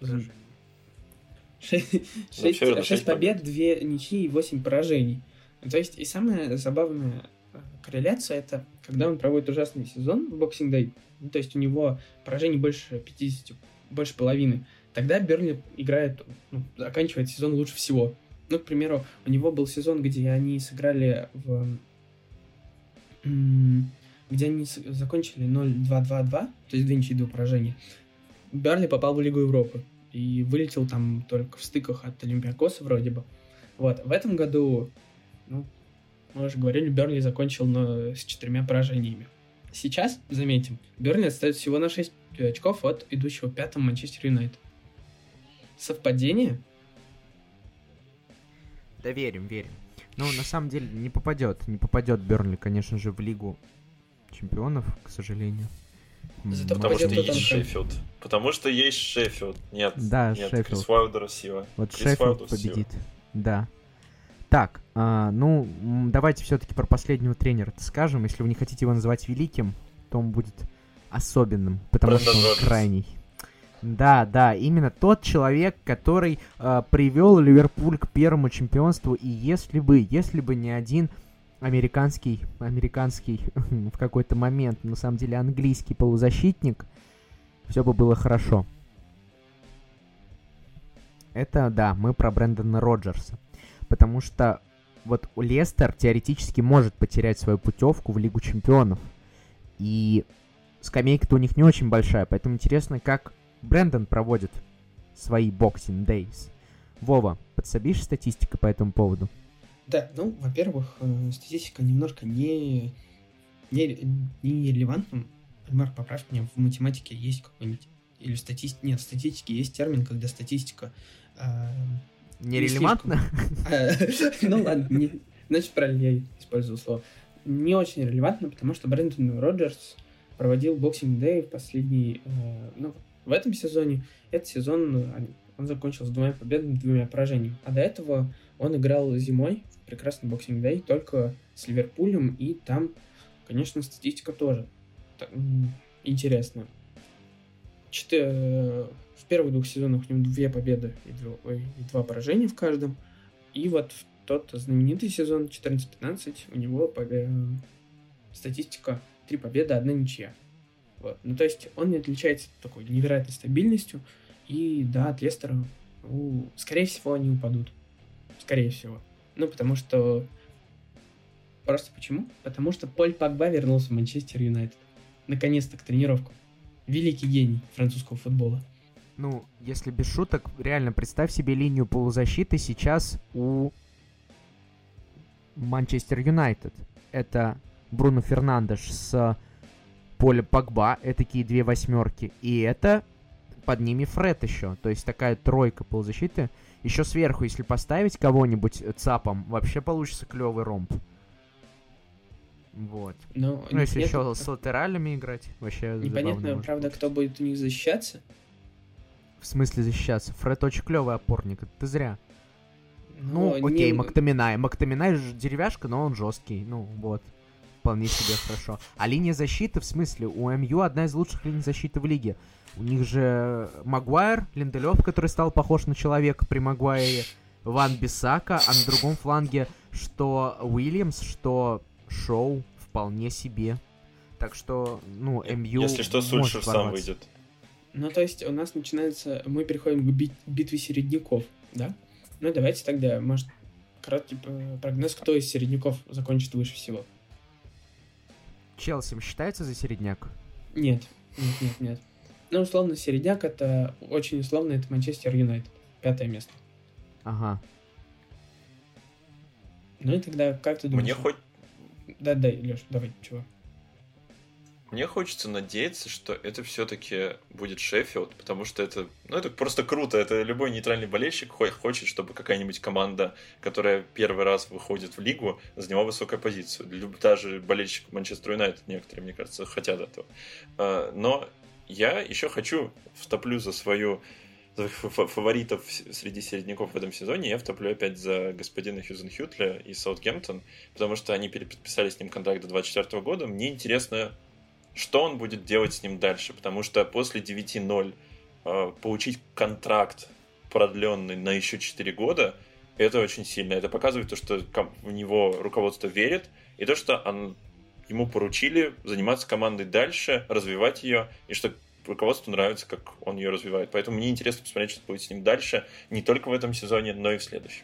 шесть побед, две ничьи и восемь поражений. То есть, и самая забавная корреляция — это когда он проводит ужасный сезон в Boxing Day, ну, то есть у него поражений больше пятьдесят, больше половины, тогда Бернли играет, ну, заканчивает сезон лучше всего. Ну, к примеру, у него был сезон, где они сыграли в... где они закончили ноль два два два, то есть две ничьи, два поражения. Бернли попал в Лигу Европы и вылетел там только в стыках от Олимпиакоса вроде бы. Вот, в этом году, ну, мы уже говорили, Бернли закончил на... с четырьмя поражениями. Сейчас, заметим, Бернли отстает всего на шесть очков от идущего пятым Манчестер Юнайтед. Совпадение? Да верим, верим. Ну, на самом деле, не попадет. Не попадет Бернли, конечно же, в Лигу Чемпионов, к сожалению. Зато Потому что попадет есть Тоттенхэм. Шеффилд. Потому что есть Шеффилд. Нет, Да, нет, Шеффилд. Крис Уайлдер сила. Вот Крис Шеффилд Уайлдер победит. сила. Да. Так, а, ну, м, давайте все-таки про последнего тренера скажем. Если вы не хотите его называть великим, то он будет особенным, потому Брэндон что он Роджерс. крайний. Да, да, именно тот человек, который а, привел Ливерпуль к первому чемпионству, и если бы, если бы не один американский, американский в какой-то момент, на самом деле английский полузащитник, все бы было хорошо. Это, да, мы про Брэндона Роджерса. Потому что вот Лестер теоретически может потерять свою путевку в Лигу Чемпионов. И скамейка-то у них не очень большая, поэтому интересно, как Брэндон проводит свои Boxing Days. Вова, подсобишь статистика по этому поводу? Да, ну, во-первых, э, статистика немножко не, не, не нерелевантна. Альмар, поправь меня, в математике есть какой-нибудь... Или в статистике... Нет, в статистике есть термин, когда статистика... э, Нерелевантно? А, Ну ладно, не- значит, правильно я использовал слово. Не очень релевантно, потому что Брэндон Роджерс проводил Boxing Day в последний... э, Ну, в этом сезоне. Этот сезон э, он закончил с двумя победами, двумя поражениями. А до этого он играл зимой в прекрасный Boxing Day только с Ливерпулем, и там, конечно, статистика тоже так, м, интересная. Четы- В первых двух сезонах у него две победы и, дво- ой, и два поражения в каждом. И вот в тот знаменитый сезон четырнадцать-пятнадцать у него побе- статистика три победы, одна ничья. Вот. Ну, то есть он не отличается такой невероятной стабильностью. И да, от Лестера, ну, скорее всего, они упадут. Скорее всего. Ну, потому что... Просто почему? Потому что Поль Погба вернулся в Манчестер Юнайтед. Наконец-то к тренировку. Великий гений французского футбола. Ну, если без шуток, реально представь себе линию полузащиты сейчас у Манчестер Юнайтед. Это Бруно Фернандеш с Поля Погба, этакие две восьмерки. И это под ними Фред еще. То есть такая тройка полузащиты. Еще сверху, если поставить кого-нибудь цапом, вообще получится клевый ромб. Вот. Но Ну, если нет- еще с латералями играть, вообще Непонятно, забавно может правда, быть. кто будет у них защищаться. В смысле защищаться? Фред очень клевый опорник, это ты зря. Но Ну, окей, не- Мактоминай. Мактоминай же деревяшка, но он жесткий. Ну, вот. Вполне себе хорошо. А линия защиты, в смысле, у МЮ одна из лучших линий защиты в лиге. У них же Магуайр, Линделёв, который стал похож на человека при Магуайре, Ван Бисака, а на другом фланге что Уильямс, что Шоу вполне себе. Так что, ну, МЮ Если что, может Сульшер сам ворваться. выйдет. Ну, то есть у нас начинается... Мы переходим к бит- битве середняков, да? Ну, давайте тогда, может, короткий п- прогноз, кто из середняков закончит выше всего. Челси считается за середняк? Нет, нет, нет, нет. Ну, условно, середняк — это очень условно, это Манчестер Юнайтед. Пятое место. Ага. Ну и тогда, как ты думаешь? Мне хоть Да, да, Лёш, давай, чего? Мне хочется надеяться, что это все-таки будет Шеффилд, потому что это, ну, это просто круто. Это любой нейтральный болельщик хо- хочет, чтобы какая-нибудь команда, которая первый раз выходит в лигу, заняла высокую позицию. Люб- Даже болельщик Манчестер Юнайтед некоторые, мне кажется, хотят этого. А, Но я еще хочу, встоплю за свою, фаворитов среди середняков в этом сезоне я втоплю опять за господина Хьюзенхютля и Саутгемптон, потому что они переподписали с ним контракт до двадцать четвёртого года. Мне интересно, что он будет делать с ним дальше, потому что после девять ноль э, получить контракт продленный на еще четыре года, это очень сильно. Это показывает то, что в него руководство верит, и то, что он, ему поручили заниматься командой дальше, развивать ее, и что руководству нравится, как он ее развивает. Поэтому мне интересно посмотреть, что будет с ним дальше, не только в этом сезоне, но и в следующем.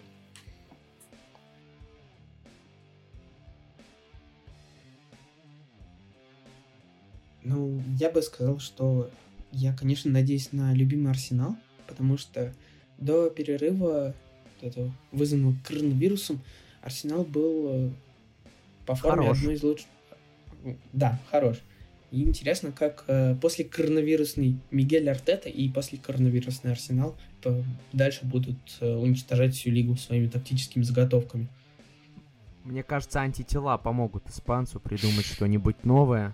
Ну, я бы сказал, что я, конечно, надеюсь на любимый Арсенал, потому что до перерыва, этого, вызванного коронавирусом, Арсенал был по форме хорош. одной из лучших. Да, хорош. И интересно, как э, после коронавирусный Мигель Артета и после коронавирусный Арсенал то дальше будут э, уничтожать всю лигу своими тактическими заготовками. Мне кажется, антитела помогут испанцу придумать что-нибудь новое.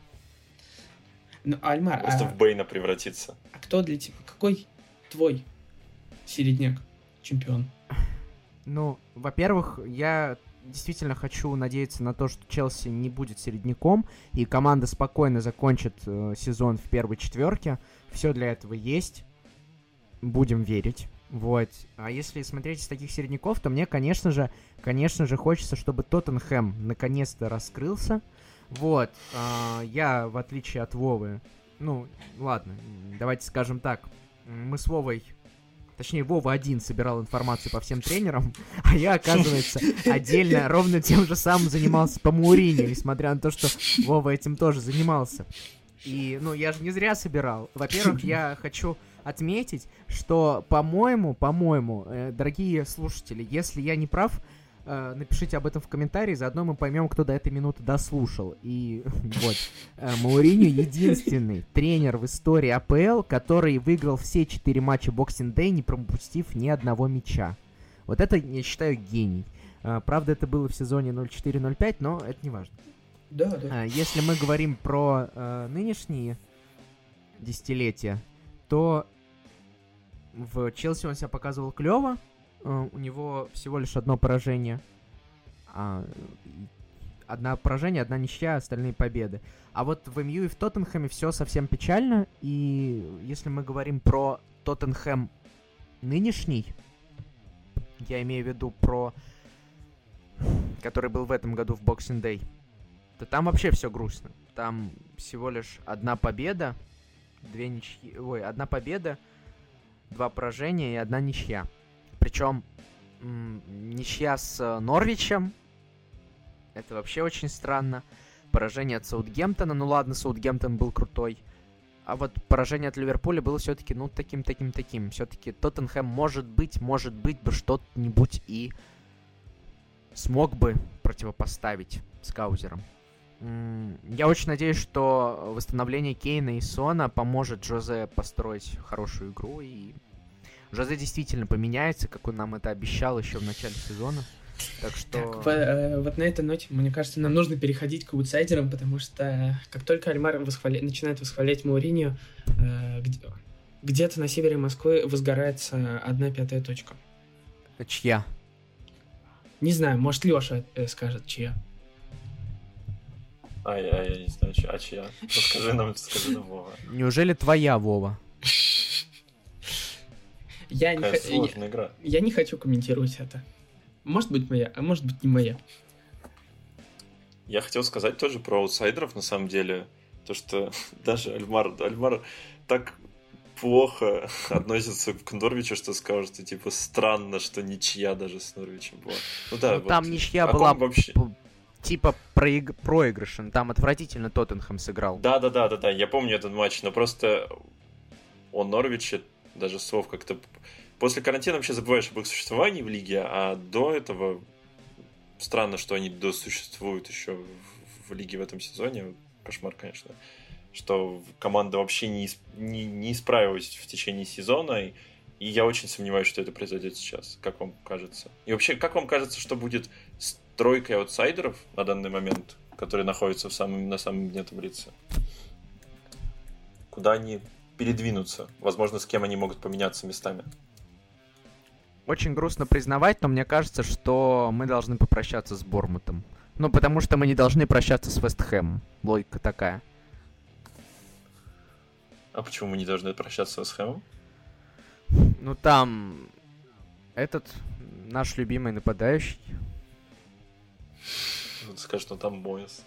Ну, Альмар, Просто а, в Бэйна превратиться. а кто для тебя, какой твой середняк, чемпион? Ну, во-первых, я действительно хочу надеяться на то, что Челси не будет середняком, и команда спокойно закончит э, сезон в первой четверке. Все для этого есть. Будем верить. Вот. А если смотреть из таких середняков, то мне, конечно же, конечно же, хочется, чтобы Тоттенхэм наконец-то раскрылся. Вот. А, я, в отличие от Вовы, ну, ладно, давайте скажем так, мы с Вовой, точнее, Вова один собирал информацию по всем тренерам, а я, оказывается, отдельно ровно тем же самым занимался по Мауриньо, несмотря на то, что Вова этим тоже занимался. И, ну, я же не зря собирал. Во-первых, я хочу отметить, что, по-моему, по-моему, э, дорогие слушатели, если я не прав, э, напишите об этом в комментарии, заодно мы поймем, кто до этой минуты дослушал. И вот, э, Мауриньо единственный тренер в истории АПЛ, который выиграл все четыре матча Boxing Day, не пропустив ни одного мяча. Вот это, я считаю, гений. Э, правда, это было в сезоне ноль четыре ноль пять, но это не важно. Да, да. Если мы говорим про э, нынешние десятилетия, то в Челси он себя показывал клево. Э, у него всего лишь одно поражение. А, одна поражение, одна ничья, остальные победы. А вот в МЮ и в Тоттенхэме все совсем печально. И если мы говорим про Тоттенхэм нынешний, я имею в виду про... который был в этом году в Boxing Day, то там вообще все грустно. Там всего лишь одна победа, две ничьи... Ой, одна победа, два поражения и одна ничья. Причем м- ничья с Норвичем, это вообще очень странно. Поражение от Саутгемптона, ну ладно, Саутгемптон был крутой. А вот поражение от Ливерпуля было все-таки, ну, таким-таким-таким. Все-таки Тоттенхэм, может быть, может быть, бы что-нибудь и смог бы противопоставить скаузерам. Я очень надеюсь, что восстановление Кейна и Сона поможет Жозе построить хорошую игру, и Жозе действительно поменяется, как он нам это обещал еще в начале сезона. Так что... Так, в, э, вот на этой ноте, мне кажется, нам нужно переходить к аутсайдерам, потому что как только Альмар восхваля... начинает восхвалять Мауриньо, э, где... где-то на севере Москвы возгорается одна пятая точка. Чья? Не знаю, может, Лёша э, скажет, чья. А я, я не знаю, чья, а чья? Ну, скажи нам, скажи нам, Вова. Неужели твоя, Вова? Я не, Какая х... сложная я... игра. я не хочу комментировать это. Может быть моя, а может быть не моя. Я хотел сказать тоже про аутсайдеров, на самом деле. То, что даже Альмар, Альмар так плохо относится к Норвичу, что сказал, что типа странно, что ничья даже с Норвичем была. Ну да, Ну, вот там ничья о была ком вообще... п- типа проиг... проигрышем. Там отвратительно Тоттенхэм сыграл. Да, да, да, да, да, я помню этот матч, но просто о Норвиче даже слов как-то... После карантина вообще забываешь об их существовании в лиге, а до этого странно, что они досуществуют еще в, в лиге в этом сезоне. Кошмар, конечно. Что команда вообще не, не, не исправилась в течение сезона, и, и я очень сомневаюсь, что это произойдет сейчас. Как вам кажется? И вообще, как вам кажется, что будет с тройкой аутсайдеров на данный момент, которые находятся в самом, на самом дне таблицы? Куда они передвинуться. Возможно, с кем они могут поменяться местами. Очень грустно признавать, но мне кажется, что мы должны попрощаться с Бормутом. Ну, потому что мы не должны прощаться с Вест Хэмом. Логика такая. А почему мы не должны прощаться с Вест Хэмом? Ну, там... Этот наш любимый нападающий. Ну, ты скажешь, что там Моэс.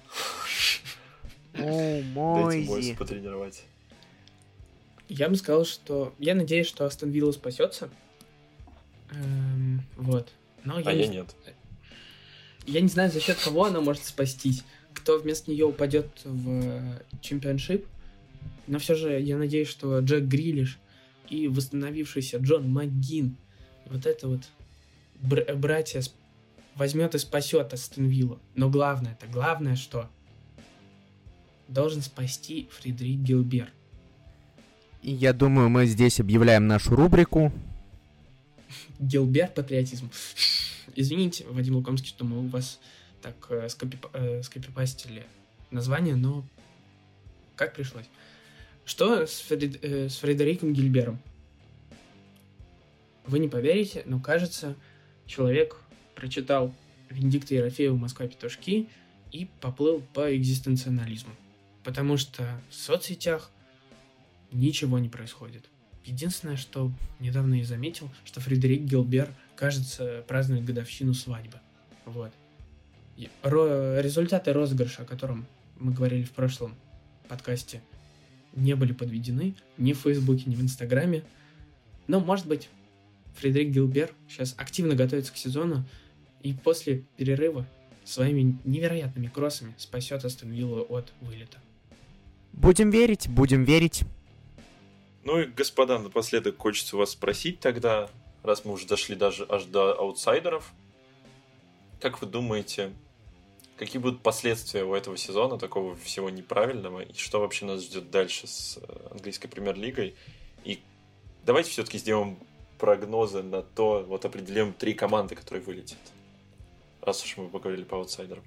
О, Мойзи. Дайте Моэса потренировать. Я бы сказал, что... Я надеюсь, что Астон Вилла спасется. Эм, вот. Но я а не... я нет. Я не знаю, за счет кого она может спастись. Кто вместо нее упадет в чемпионшип. Но все же я надеюсь, что Джек Грилиш и восстановившийся Джон МакГinn, вот это вот бр- братья возьмет и спасет Астон Виллу. Но главное, это главное, что должен спасти Фредерик Гилбер. И я думаю, мы здесь объявляем нашу рубрику. Гилбер патриотизм. Извините, Вадим Лукомский, что мы у вас так э, скопи, э, скопипастили название, но как пришлось. Что с, Фред, э, с Фредериком Гильбером? Вы не поверите, но кажется, человек прочитал Венедикта Ерофеева «Москва-петушки» и поплыл по экзистенциализму. Потому что в соцсетях ничего не происходит. Единственное, что недавно я заметил, что Фредерик Гилбер, кажется, празднует годовщину свадьбы. Вот. И ро- результаты розыгрыша, о котором мы говорили в прошлом подкасте, не были подведены ни в Фейсбуке, ни в Инстаграме. Но, может быть, Фредерик Гилбер сейчас активно готовится к сезону и после перерыва своими невероятными кроссами спасет Астон Виллу от вылета. Будем верить, будем верить. Ну и, господа, напоследок хочется вас спросить тогда, раз мы уже дошли даже аж до аутсайдеров, как вы думаете, какие будут последствия у этого сезона, такого всего неправильного, и что вообще нас ждет дальше с английской премьер-лигой? И давайте все-таки сделаем прогнозы на то, вот определим три команды, которые вылетят, раз уж мы поговорили по аутсайдерам.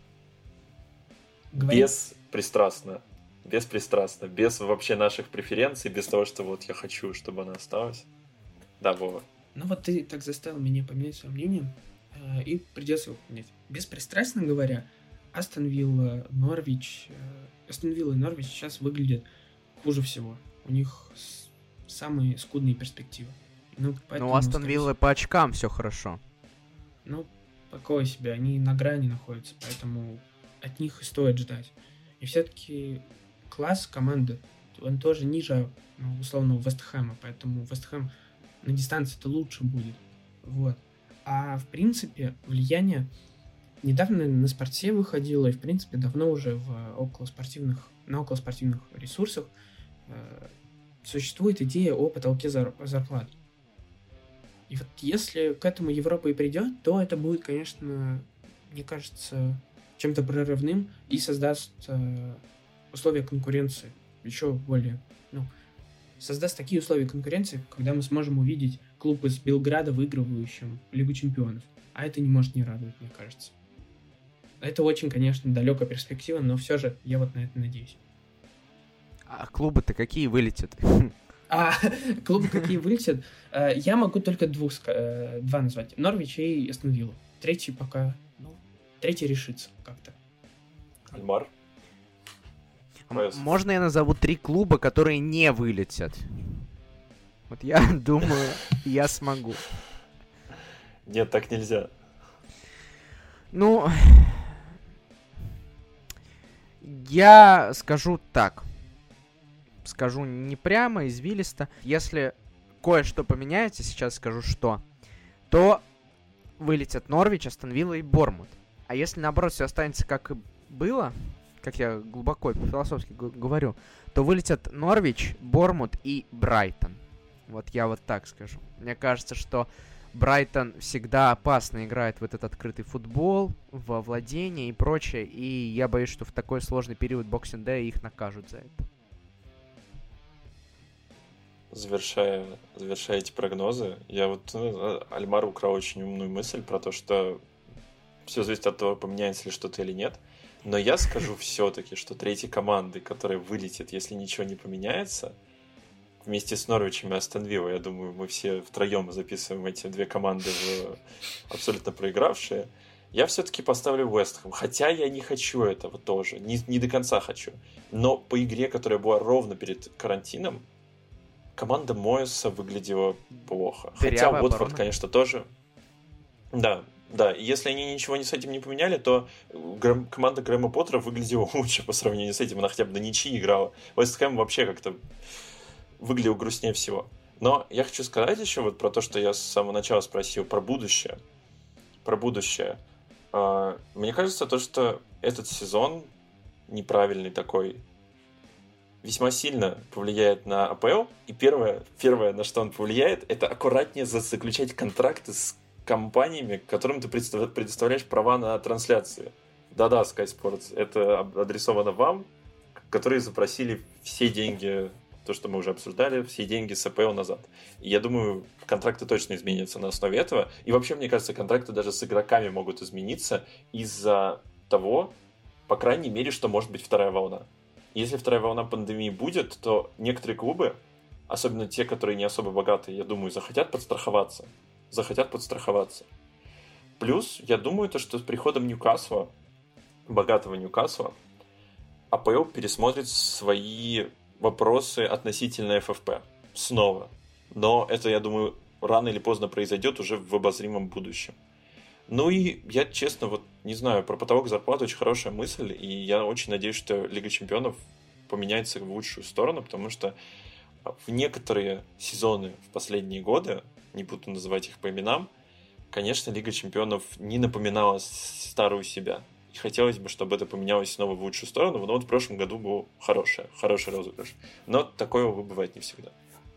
Говорим. Беспристрастно. Беспристрастно, без вообще наших преференций, без того, что вот я хочу, чтобы она осталась. Да, Вова. Ну вот ты так заставил меня поменять свое мнение, э, и придется его поменять. Беспристрастно говоря, Астон Вилла, Норвич, э, Астон Вилла и Норвич сейчас выглядят хуже всего. У них с- самые скудные перспективы. Ну, Ну, у Астон скорее Виллы по очкам все хорошо. Ну, такое себе, они на грани находятся, поэтому от них и стоит ждать. И все-таки класс команды, он тоже ниже, ну, условно, Вест Хэма, поэтому Вест Хэм на дистанции-то лучше будет. Вот. А в принципе, влияние недавно на Спорте выходило, и в принципе давно уже в околоспортивных, на околоспортивных ресурсах э, существует идея о потолке зар- зарплат. И вот если к этому Европа и придет, то это будет, конечно, мне кажется, чем-то прорывным и создаст э, условия конкуренции еще более, ну, создаст такие условия конкуренции, когда мы сможем увидеть клуб из Белграда выигрывающим Лигу Чемпионов. А это не может не радовать, мне кажется. Это очень, конечно, далекая перспектива, но все же я вот на это надеюсь. А клубы-то какие вылетят? А клубы какие вылетят? Э, Я могу только двух, ска- э, два назвать. Норвич и Астон Виллу. Третий пока, ну, третий решится как-то. Альмар. М- Можно я назову три клуба, которые не вылетят? Вот я думаю, я смогу. Нет, так нельзя. Ну, я скажу так. Скажу не прямо, извилисто. Если кое-что поменяется, сейчас скажу что, то вылетят Норвич, Астон Вилла и Бормут. А если наоборот все останется как и было, как я глубоко и по-философски г- говорю, то вылетят Норвич, Бормут и Брайтон. Вот я вот так скажу. Мне кажется, что Брайтон всегда опасно играет в этот открытый футбол, во владение и прочее, и я боюсь, что в такой сложный период Boxing Day их накажут за это. Завершая, завершая эти прогнозы, я вот, ну, Альмар украл очень умную мысль про то, что все зависит от того, поменяется ли что-то или нет. Но я скажу все-таки, что третьей командой, которая вылетит, если ничего не поменяется, вместе с Норвичем и Астон Виллой. Я думаю, мы все втроем записываем эти две команды в абсолютно проигравшие. Я все-таки поставлю Вест Хэм, хотя я не хочу этого тоже, не, не до конца хочу. Но по игре, которая была ровно перед карантином, команда Моэса выглядела плохо. Дырявая хотя Уотфорд, оборона. конечно, тоже. Да, да. И если они ничего не с этим не поменяли, то Грэм, команда Грэма Поттера выглядела лучше по сравнению с этим. Она хотя бы на ничьи играла. Вест Хэм вообще как-то выглядел грустнее всего. Но я хочу сказать еще вот про то, что я с самого начала спросил, про будущее. Про будущее. Мне кажется, то, что этот сезон неправильный такой весьма сильно повлияет на АПЛ. И первое, первое, на что он повлияет, это аккуратнее заключать контракты с компаниями, которым ты предоставляешь права на трансляции. Да-да, Sky Sports, это адресовано вам, которые запросили все деньги, то, что мы уже обсуждали, все деньги с АПЛ назад. И я думаю, контракты точно изменятся на основе этого. И вообще, мне кажется, контракты даже с игроками могут измениться из-за того, по крайней мере, что может быть вторая волна. Если вторая волна пандемии будет, то некоторые клубы, особенно те, которые не особо богатые, я думаю, захотят подстраховаться. Захотят подстраховаться. Плюс, я думаю, то, что с приходом Ньюкасла, богатого Ньюкасла, АПЛ пересмотрит свои вопросы относительно эф эф пэ снова. Но это, я думаю, рано или поздно произойдет уже в обозримом будущем. Ну и я, честно, вот не знаю, про потолок зарплат очень хорошая мысль, и я очень надеюсь, что Лига Чемпионов поменяется в лучшую сторону, потому что в некоторые сезоны в последние годы, не буду называть их по именам, конечно, Лига Чемпионов не напоминала старую себя. И хотелось бы, чтобы это поменялось снова в лучшую сторону, но вот в прошлом году был хороший, хороший розыгрыш. Но такое бывает не всегда.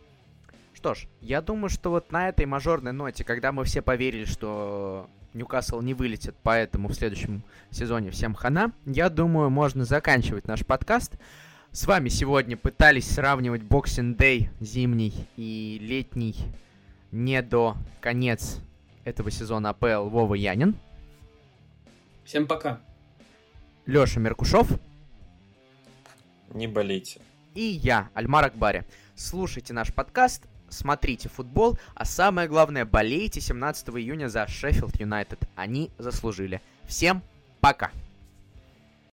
Что ж, я думаю, что вот на этой мажорной ноте, когда мы все поверили, что Ньюкасл не вылетит, поэтому в следующем сезоне всем хана, я думаю, можно заканчивать наш подкаст. С вами сегодня пытались сравнивать Boxing Day зимний и летний не до конец этого сезона АПЛ Вова Янин. Всем пока. Лёша Меркушов. Не болейте. И я, Альмар Акбари. Слушайте наш подкаст, смотрите футбол, а самое главное, болейте семнадцатого июня за Шеффилд Юнайтед. Они заслужили. Всем пока!